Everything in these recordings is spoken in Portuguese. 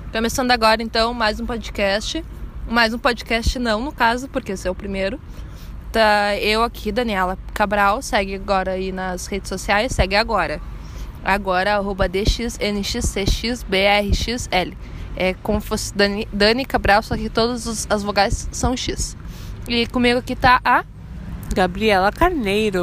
Começando agora, então, mais um podcast. Mais um podcast não, no caso, porque esse é o primeiro. Tá, eu aqui, Daniela Cabral, segue agora aí nas redes sociais, segue agora. Agora, @DXNXCXBRXL. É como se fosse Dani Cabral, só que todas as vogais são X. E comigo aqui tá a Gabriela Carneiro.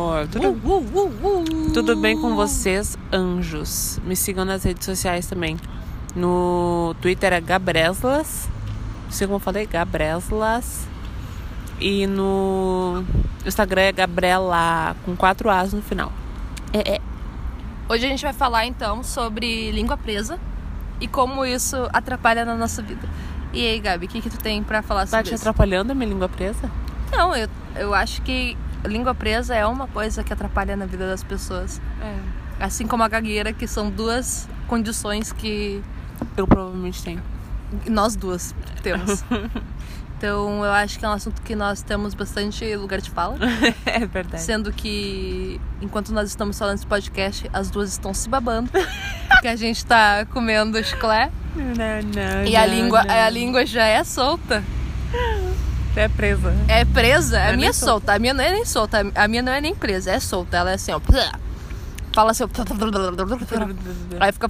Tudo bem com vocês, anjos? Me sigam nas redes sociais também. No Twitter é Gabreslas. Não sei como eu falei, Gabreslas. E no Instagram é Gabriela, com 4 As no final. Hoje a gente vai falar então sobre língua presa e como isso atrapalha na nossa vida. E aí, Gabi, o que tu tem pra falar sobre isso? Tá te atrapalhando a minha língua presa? Não, eu acho que língua presa é uma coisa que atrapalha na vida das pessoas. Assim como a gagueira, que são duas condições que Eu provavelmente tenho. nós duas temos. Então eu acho que é um assunto que nós temos bastante lugar de fala. É verdade. Sendo que enquanto nós estamos falando esse podcast, as duas estão se babando. Porque a gente tá comendo chiclete. E a língua já é solta. Já é presa. É presa? A minha é solta. solta. A minha não é nem solta. A minha não é nem presa, é solta. Ela é assim, ó. Fala assim, ó. Aí fica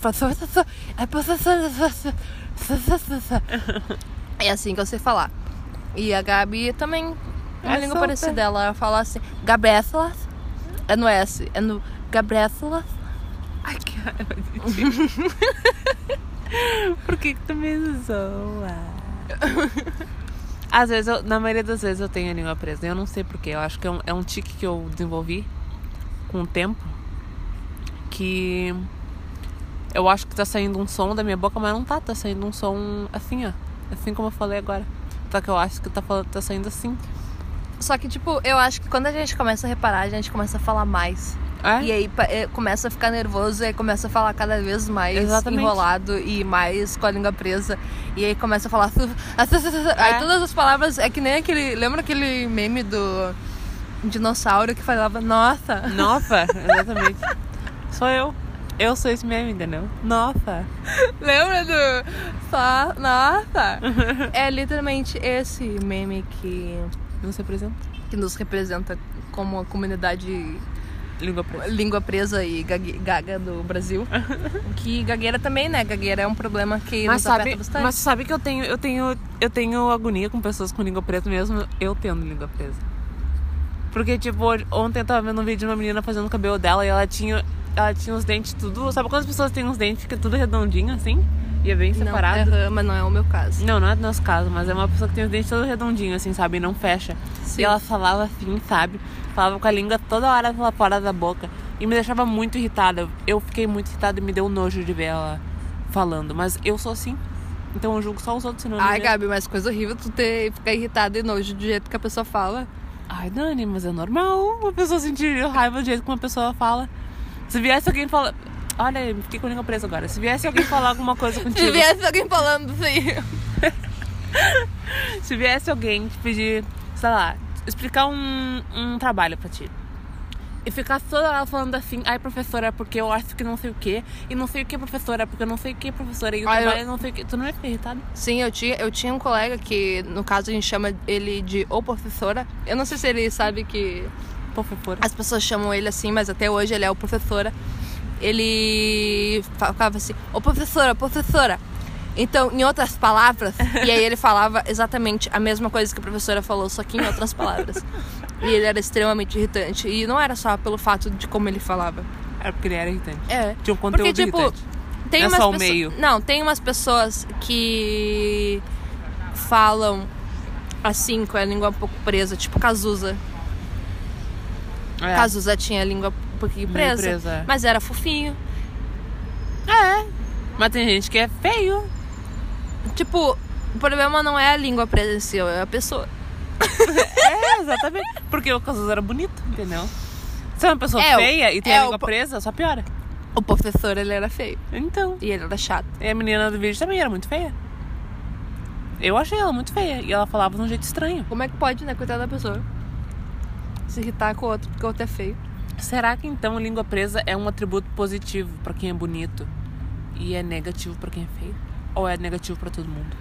é assim que eu sei falar. E a Gabi também é uma língua solta. parecida. Ela fala assim, Gabrécelas. É no S, é no Gabrécelas. Ai, que raiva de ti. Por que tu me zoa? Às vezes, na maioria das vezes eu tenho a língua presa. Eu não sei porquê. Eu acho que é um tique que eu desenvolvi com o tempo. Que eu acho que tá saindo um som da minha boca, mas não tá. Tá saindo um som assim, ó. Assim como eu falei agora. Só que eu acho que tá saindo assim. Só que, tipo, eu acho que quando a gente começa a reparar, a gente começa a falar mais. E aí começa a ficar nervoso e aí começa a falar cada vez mais enrolado e mais com a língua presa. E aí começa a falar... Aí todas as palavras... É que nem aquele... Lembra aquele meme do dinossauro que falava nossa? Nossa, exatamente. Sou eu. Eu sou esse meme, entendeu? Nossa. Lembra do... Nossa? É literalmente esse meme que nos representa como a comunidade... Língua presa e gaga do Brasil. Que gagueira também, né? Gagueira é um problema que nos afeta bastante. Mas sabe que eu tenho agonia com pessoas com língua presa mesmo eu tendo língua presa. Porque, tipo, ontem eu tava vendo um vídeo de uma menina fazendo o cabelo dela e ela tinha os dentes tudo... Sabe quando as pessoas têm uns dentes que é tudo redondinho, assim? E é bem separado? Não, mas não é o meu caso. Não é do nosso caso, mas é uma pessoa que tem os dentes todos redondinhos, assim, sabe? E não fecha. Sim. E ela falava assim, sabe? Falava com a língua toda hora pela fora da boca. E me deixava muito irritada. Eu fiquei muito irritada e me deu nojo de ver ela falando. Mas eu sou assim. Então eu julgo só os outros. Ai, Gabi, mas coisa horrível tu ficar irritada e nojo do jeito que a pessoa fala. Ai, Dani, mas é normal uma pessoa sentir raiva do jeito que uma pessoa fala. Se viesse alguém falar... Olha, fiquei com a língua presa agora. Se viesse alguém falar alguma coisa contigo... Se viesse alguém falando assim... Se viesse alguém te pedir, sei lá, explicar um trabalho pra ti. E ficar toda hora falando assim, ai, professora, porque eu acho que não sei o quê. E não sei o que, professora, porque eu não sei o que, professora. E o trabalho eu não sei o que. Tu não ia ficar irritada? Sim, eu tinha um colega que, no caso, a gente chama ele de ô professora. Eu não sei se ele sabe que... Professora. As pessoas chamam ele assim, mas até hoje ele é o professora. Ele falava assim, ô professora. Então, em outras palavras, e aí ele falava exatamente a mesma coisa que a professora falou, só que em outras palavras. E ele era extremamente irritante. E não era só pelo fato de como ele falava. Era porque ele era irritante. Tinha um conteúdo porque, tipo, irritante. Tem não umas é só o meio. Não, tem umas pessoas que falam assim, com a língua um pouco presa, tipo Cazuza. Cazuza tinha a língua um pouquinho presa. Mas era fofinho. Mas tem gente que é feio. Tipo, o problema não é a língua presa em si, é a pessoa. Exatamente. Porque o Cazuza era bonito, entendeu? Se é uma pessoa feia e tem a língua presa, só piora. O professor, ele era feio. Então. E ele era chato. E a menina do vídeo também era muito feia. Eu achei ela muito feia. E ela falava de um jeito estranho. Como é que pode, né? Coitada da pessoa. Se irritar com o outro, porque o outro é feio. Será que então língua presa é um atributo positivo pra quem é bonito e é negativo pra quem é feio? Ou é negativo pra todo mundo?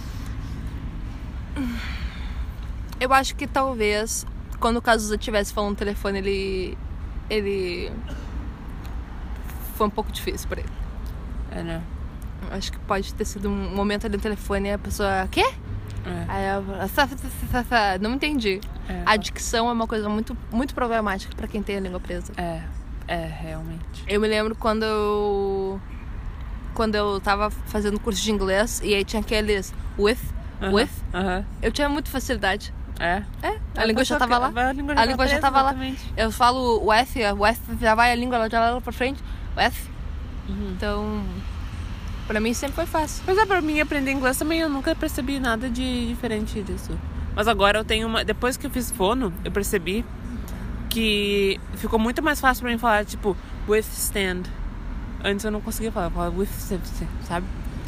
Eu acho que talvez, quando o Cazuza estivesse falando no telefone, ele... Foi um pouco difícil pra ele. É, né? Acho que pode ter sido um momento ali no telefone e a pessoa... Quê? Aí ela... Não entendi. A dicção é uma coisa muito, muito problemática pra quem tem a língua presa. Realmente. Eu me lembro quando eu tava fazendo curso de inglês e aí tinha aqueles with. Eu tinha muita facilidade. A língua já tava lá. A língua já tava lá. Eu falo o F já vai, a língua ela já vai lá pra frente. O F. Então, pra mim sempre foi fácil. Mas pra mim aprender inglês também eu nunca percebi nada de diferente disso. Mas agora eu tenho uma... Depois que eu fiz fono, eu percebi que ficou muito mais fácil pra mim falar, tipo, withstand. Antes eu não conseguia falar, eu falava withstand, sabe?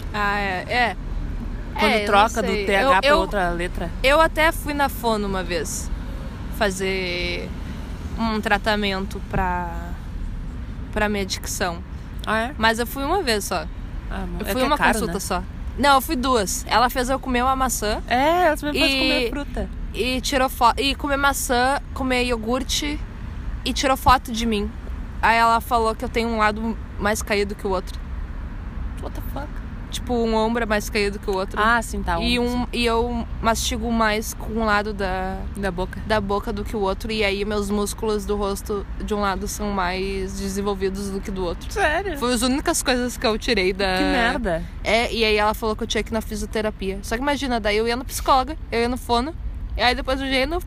Quando troca do TH pra outra letra. Eu até fui na fono uma vez fazer um tratamento pra minha dicção. Mas eu fui uma vez só. Eu fui uma caro, consulta, né? Só. Não, eu fui 2. Ela fez eu comer uma maçã. Ela também fez comer fruta. E tirou foto. E comer maçã, comer iogurte. E tirou foto de mim. Aí ela falou que eu tenho um lado mais caído que o outro. What the fuck? Tipo, um ombro é mais caído que o outro. Sim, tá. E eu mastigo mais com um lado da boca do que o outro. E aí meus músculos do rosto de um lado são mais desenvolvidos do que do outro. Sério? Foi as únicas coisas que eu tirei da... Que merda. E aí ela falou que eu tinha que ir na fisioterapia. Só que imagina, daí eu ia no psicóloga, eu ia no fono. E aí depois eu ia no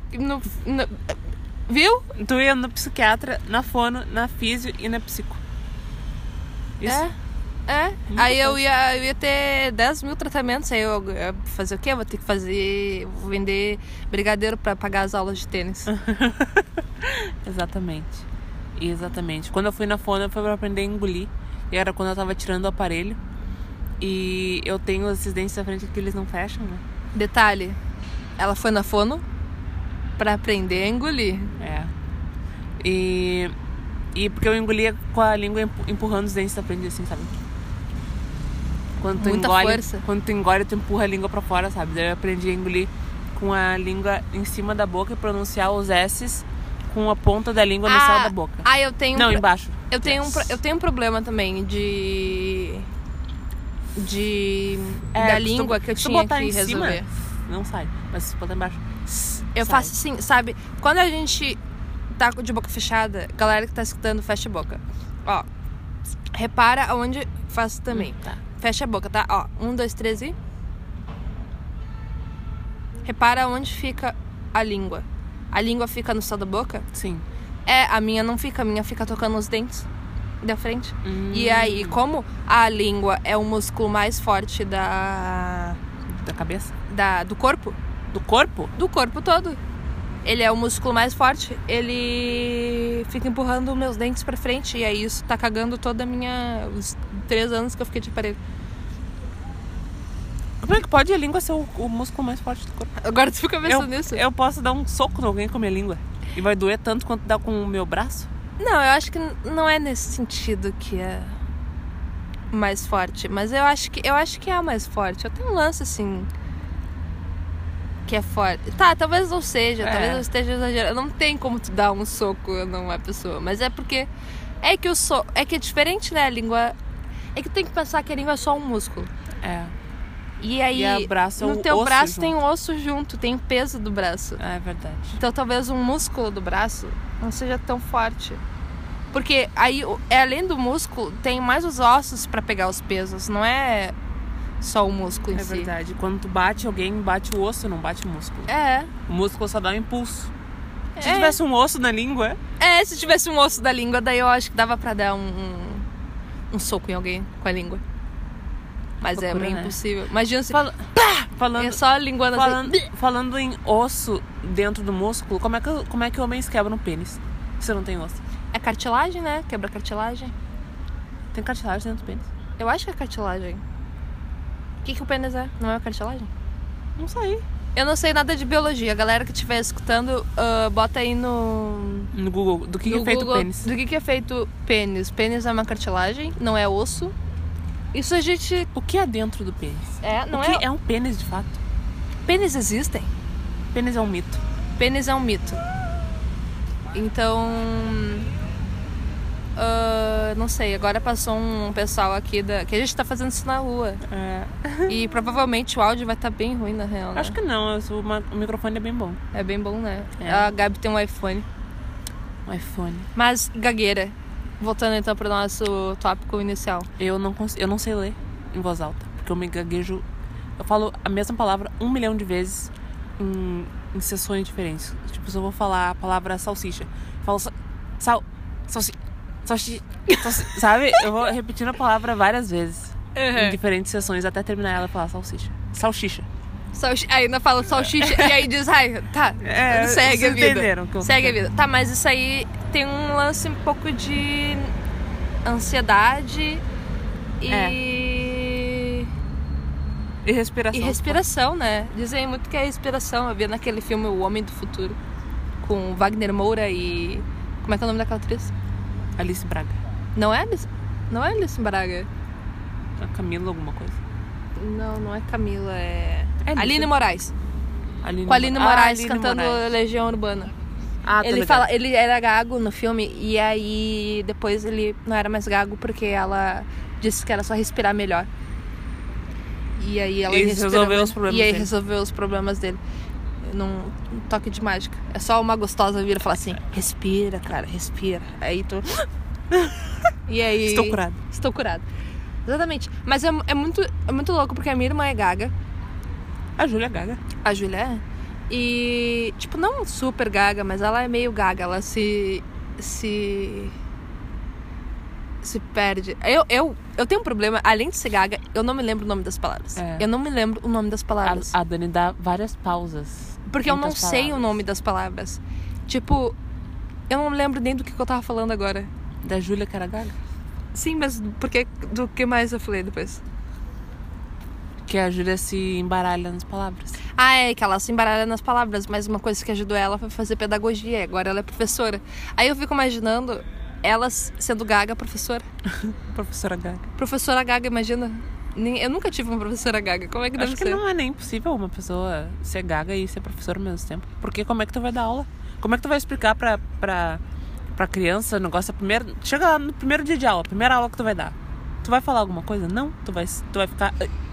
viu? Tu ia no psiquiatra, na fono, na fisio e na psico. Isso? Aí eu ia ter 10 mil tratamentos. Aí eu ia fazer o quê? Vou ter que vou vender brigadeiro pra pagar as aulas de tênis. Exatamente. Quando eu fui na fono, foi pra aprender a engolir. E era quando eu tava tirando o aparelho. E eu tenho esses dentes da frente que eles não fecham, né? Detalhe, ela foi na fono pra aprender a engolir. E porque eu engolia com a língua empurrando os dentes da frente, assim, sabe? Quando tu engole, tu empurra a língua pra fora, sabe? Daí eu aprendi a engolir com a língua em cima da boca e pronunciar os S's com a ponta da língua no céu da boca. Eu tenho... Não, embaixo. Eu tenho um problema também da língua que eu tinha que resolver. Cima, não sai, mas se botar embaixo, eu faço assim, sabe? Quando a gente tá de boca fechada, galera que tá escutando, fecha a boca. Ó, repara aonde faço também. Fecha a boca, tá? Ó, 1, 2, 3 e... Repara onde fica a língua. A língua fica no céu da boca? Sim. A minha não fica. A minha fica tocando os dentes da frente. E aí, como a língua é o músculo mais forte da cabeça? Do corpo. Do corpo? Do corpo todo. Ele é o músculo mais forte. Ele fica empurrando meus dentes pra frente. E aí isso tá cagando toda a minha... Os 3 anos que eu fiquei de aparelho. Como é que pode a língua ser o músculo mais forte do corpo? Agora tu fica pensando nisso. Eu posso dar um soco em alguém com a minha língua. E vai doer tanto quanto dá com o meu braço? Não, eu acho que não é nesse sentido que é mais forte. Mas eu acho que é mais forte. Eu tenho um lance assim... que é forte. Talvez não seja, talvez eu esteja exagerando. Não tem como tu dar um soco numa pessoa. Mas é porque... É que é diferente, né? A língua... É que tem que pensar que a língua é só um músculo. E aí, no teu braço tem um osso junto, tem o peso do braço. É verdade. Então talvez um músculo do braço não seja tão forte. Porque aí, além do músculo, tem mais os ossos pra pegar os pesos. Não é só o músculo em si. É verdade. Quando tu bate alguém, bate o osso, não bate o músculo. O músculo só dá um impulso. Se tivesse um osso na língua... se tivesse um osso da língua, daí eu acho que dava pra dar um soco em alguém com a língua. Mas loucura, é meio impossível. Imagina se... Falando, é só a língua falando em osso dentro do músculo, como é que homens quebram o pênis? Se não tem osso? É cartilagem, né? Quebra cartilagem. Tem cartilagem dentro do pênis? Eu acho que é cartilagem. O que o pênis é? Não é cartilagem? Não sei. Eu não sei nada de biologia. A galera que estiver escutando, bota aí no Google. Do que é feito o pênis? Do que é feito pênis? Pênis é uma cartilagem, não é osso. Isso a gente... O que é dentro do pênis? Não é... é um pênis, de fato? Pênis existem. Pênis é um mito. Pênis é um mito. Então... não sei, agora passou um pessoal aqui que a gente tá fazendo isso na rua. E provavelmente o áudio vai estar bem ruim, na real, né? Acho que não, o microfone é bem bom. É bem bom, né? A Gabi tem um iPhone. Mas, gagueira, voltando então pro nosso tópico inicial. Eu não sei ler em voz alta, porque eu me gaguejo. Eu falo a mesma palavra 1 milhão de vezes em sessões diferentes. Tipo, se eu vou falar a palavra salsicha, eu falo salsicha, sabe? Eu vou repetindo a palavra várias vezes em diferentes sessões até terminar ela e falar salsicha. Salsicha. Aí ainda fala salsicha e aí diz, tá, segue a vida. Entenderam segue a vida. Tá, mas isso aí tem um lance um pouco de ansiedade e respiração. E respiração, né? Dizem muito que é respiração. Eu vi naquele filme O Homem do Futuro com Wagner Moura e... Como é que é o nome daquela atriz? Alice Braga. Não é Alice Braga. É Camila alguma coisa? Não é Camila, é Aline Moraes. Com a Aline Moraes cantando Legião Urbana. Ele era gago no filme e aí depois ele não era mais gago porque ela disse que era só respirar melhor. E aí ela resolveu os problemas dele. Resolveu os problemas dele. Num toque de mágica. É só uma gostosa vir e falar assim: respira, cara, respira. Aí tu. E aí. Estou curado. Exatamente. Mas é muito louco porque a minha irmã é gaga. A Júlia é gaga. A Júlia é. E, tipo, não super gaga, mas ela é meio gaga. Ela se perde. Eu tenho um problema, além de ser gaga, eu não me lembro o nome das palavras. Eu não me lembro o nome das palavras. A Dani dá várias pausas. Porque eu não sei o nome das palavras. Tipo, eu não lembro nem do que eu tava falando agora. Da Júlia que era gaga? Sim, mas do que mais eu falei depois? Que a Júlia se embaralha nas palavras. Que ela se embaralha nas palavras. Mas uma coisa que ajudou ela foi fazer pedagogia. Agora ela é professora. Aí eu fico imaginando ela sendo gaga, professora. Professora gaga. Professora gaga, imagina. Eu nunca tive uma professora gaga. Como é que deve ser? Acho que não é nem possível uma pessoa ser gaga e ser professora ao mesmo tempo. Porque como é que tu vai dar aula? Como é que tu vai explicar pra criança o negócio? Chega lá no primeiro dia de aula, primeira aula que tu vai dar. Tu vai falar alguma coisa? Não. Tu vai ficar...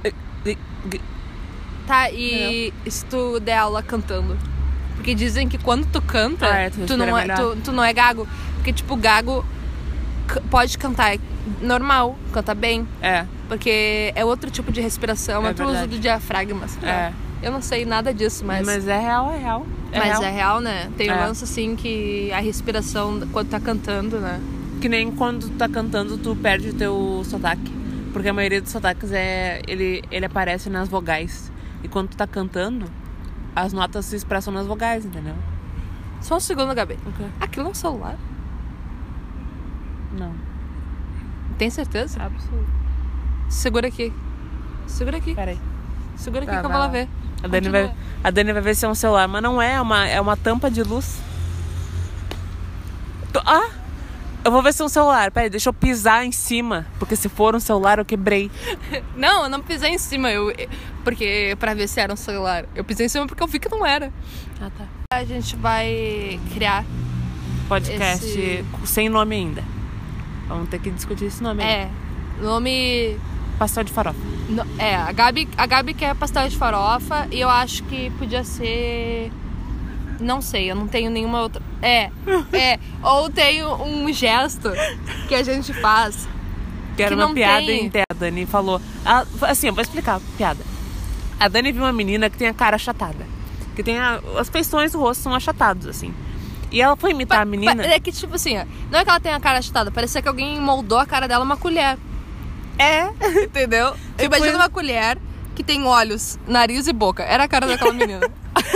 Tá, e se tu der aula cantando? Porque dizem que quando tu canta, tu não é gago. Porque, tipo, gago pode cantar normal, canta bem. Porque é outro tipo de respiração, é outro uso do diafragma. Eu não sei nada disso, mas... Mas é real. É real, né? Tem um lance, assim, que a respiração, quando tá cantando, né? Que nem quando tu tá cantando, tu perde o teu sotaque. Porque a maioria dos sotaques ele aparece nas vogais. E quando tu tá cantando, as notas se expressam nas vogais, entendeu? Só um segundo, Gabi. Okay. Aquilo é um celular? Não. Tem certeza? Absoluto. Segura aqui. Peraí. Segura aqui que eu vou lá ver. A Dani vai ver se é um celular, mas não é uma tampa de luz. Eu vou ver se é um celular. Peraí, deixa eu pisar em cima. Porque se for um celular, eu quebrei. Não, eu não pisei em cima. Porque pra ver se era um celular. Eu pisei em cima porque eu vi que não era. Ah, tá. A gente vai criar podcast sem nome ainda. Vamos ter que discutir esse nome aí. Nome... Pastel de farofa. A Gabi quer pastel de farofa. E eu acho que podia ser... Não sei, eu não tenho nenhuma outra... Ou tenho um gesto que a gente faz. Que era uma piada inteira. A Dani falou... Assim, eu vou explicar a piada. A Dani viu uma menina que tem a cara achatada. Que tem as feições do rosto são achatados, assim. E ela foi imitar a menina... É que, tipo assim, não é que ela tem a cara achatada. Parecia que alguém moldou a cara dela uma colher. Entendeu? Imagina uma colher que tem olhos, nariz e boca. Era a cara daquela menina.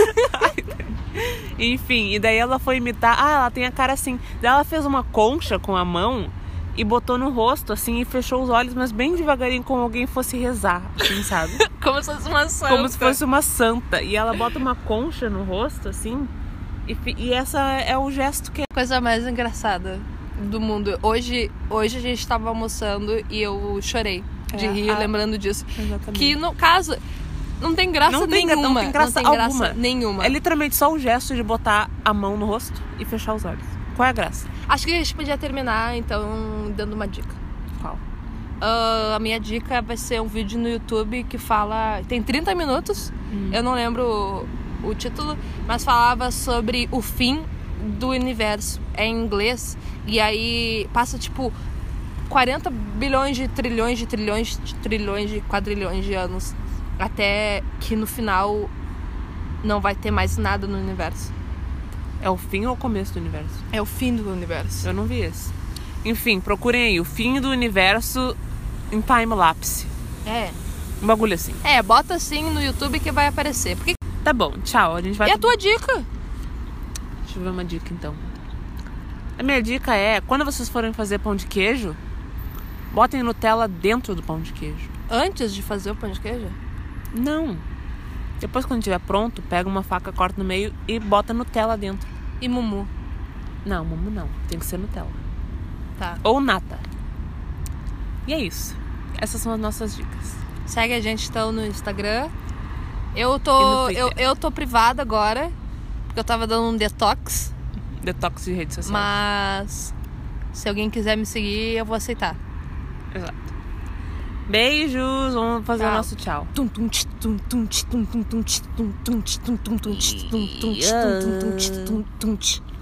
Enfim, e daí ela foi imitar... ela tem a cara assim. Daí ela fez uma concha com a mão e botou no rosto, assim, e fechou os olhos, mas bem devagarinho, como alguém fosse rezar, assim, sabe? Como se fosse uma santa. Como se fosse uma santa. E ela bota uma concha no rosto, assim, e essa é o gesto que... Coisa mais engraçada do mundo. Hoje a gente tava almoçando e eu chorei. de rir lembrando disso. Exatamente. Que no caso não tem graça nenhuma. Não tem graça alguma. Nenhuma. É literalmente só o gesto de botar a mão no rosto e fechar os olhos. Qual é a graça? Acho que a gente podia terminar, então, dando uma dica. Qual? A minha dica vai ser um vídeo no YouTube que fala... Tem 30 minutos, eu não lembro o título, mas falava sobre o fim do universo. É em inglês, e aí passa, tipo, 40 bilhões de trilhões de trilhões de trilhões de quadrilhões de anos. Até que no final não vai ter mais nada no universo. É o fim ou o começo do universo? É o fim do universo. Eu não vi esse. Enfim, procurem aí. O fim do universo em time-lapse. É. Um bagulho assim. Bota assim no YouTube que vai aparecer. Porque... Tá bom, tchau. A gente vai... E a tua dica? Deixa eu ver uma dica, então. A minha dica é, quando vocês forem fazer pão de queijo, botem Nutella dentro do pão de queijo. Antes de fazer o pão de queijo? Não. Depois, quando estiver pronto, pega uma faca, corta no meio e bota Nutella dentro. E mumu? Não, mumu não. Tem que ser Nutella. Tá. Ou nata. E é isso. Essas são as nossas dicas. Segue a gente, então, no Instagram. Eu tô privada agora, porque eu tava dando um detox. Detox de rede social. Mas se alguém quiser me seguir, eu vou aceitar. Exato. Beijos, vamos fazer o nosso tchau.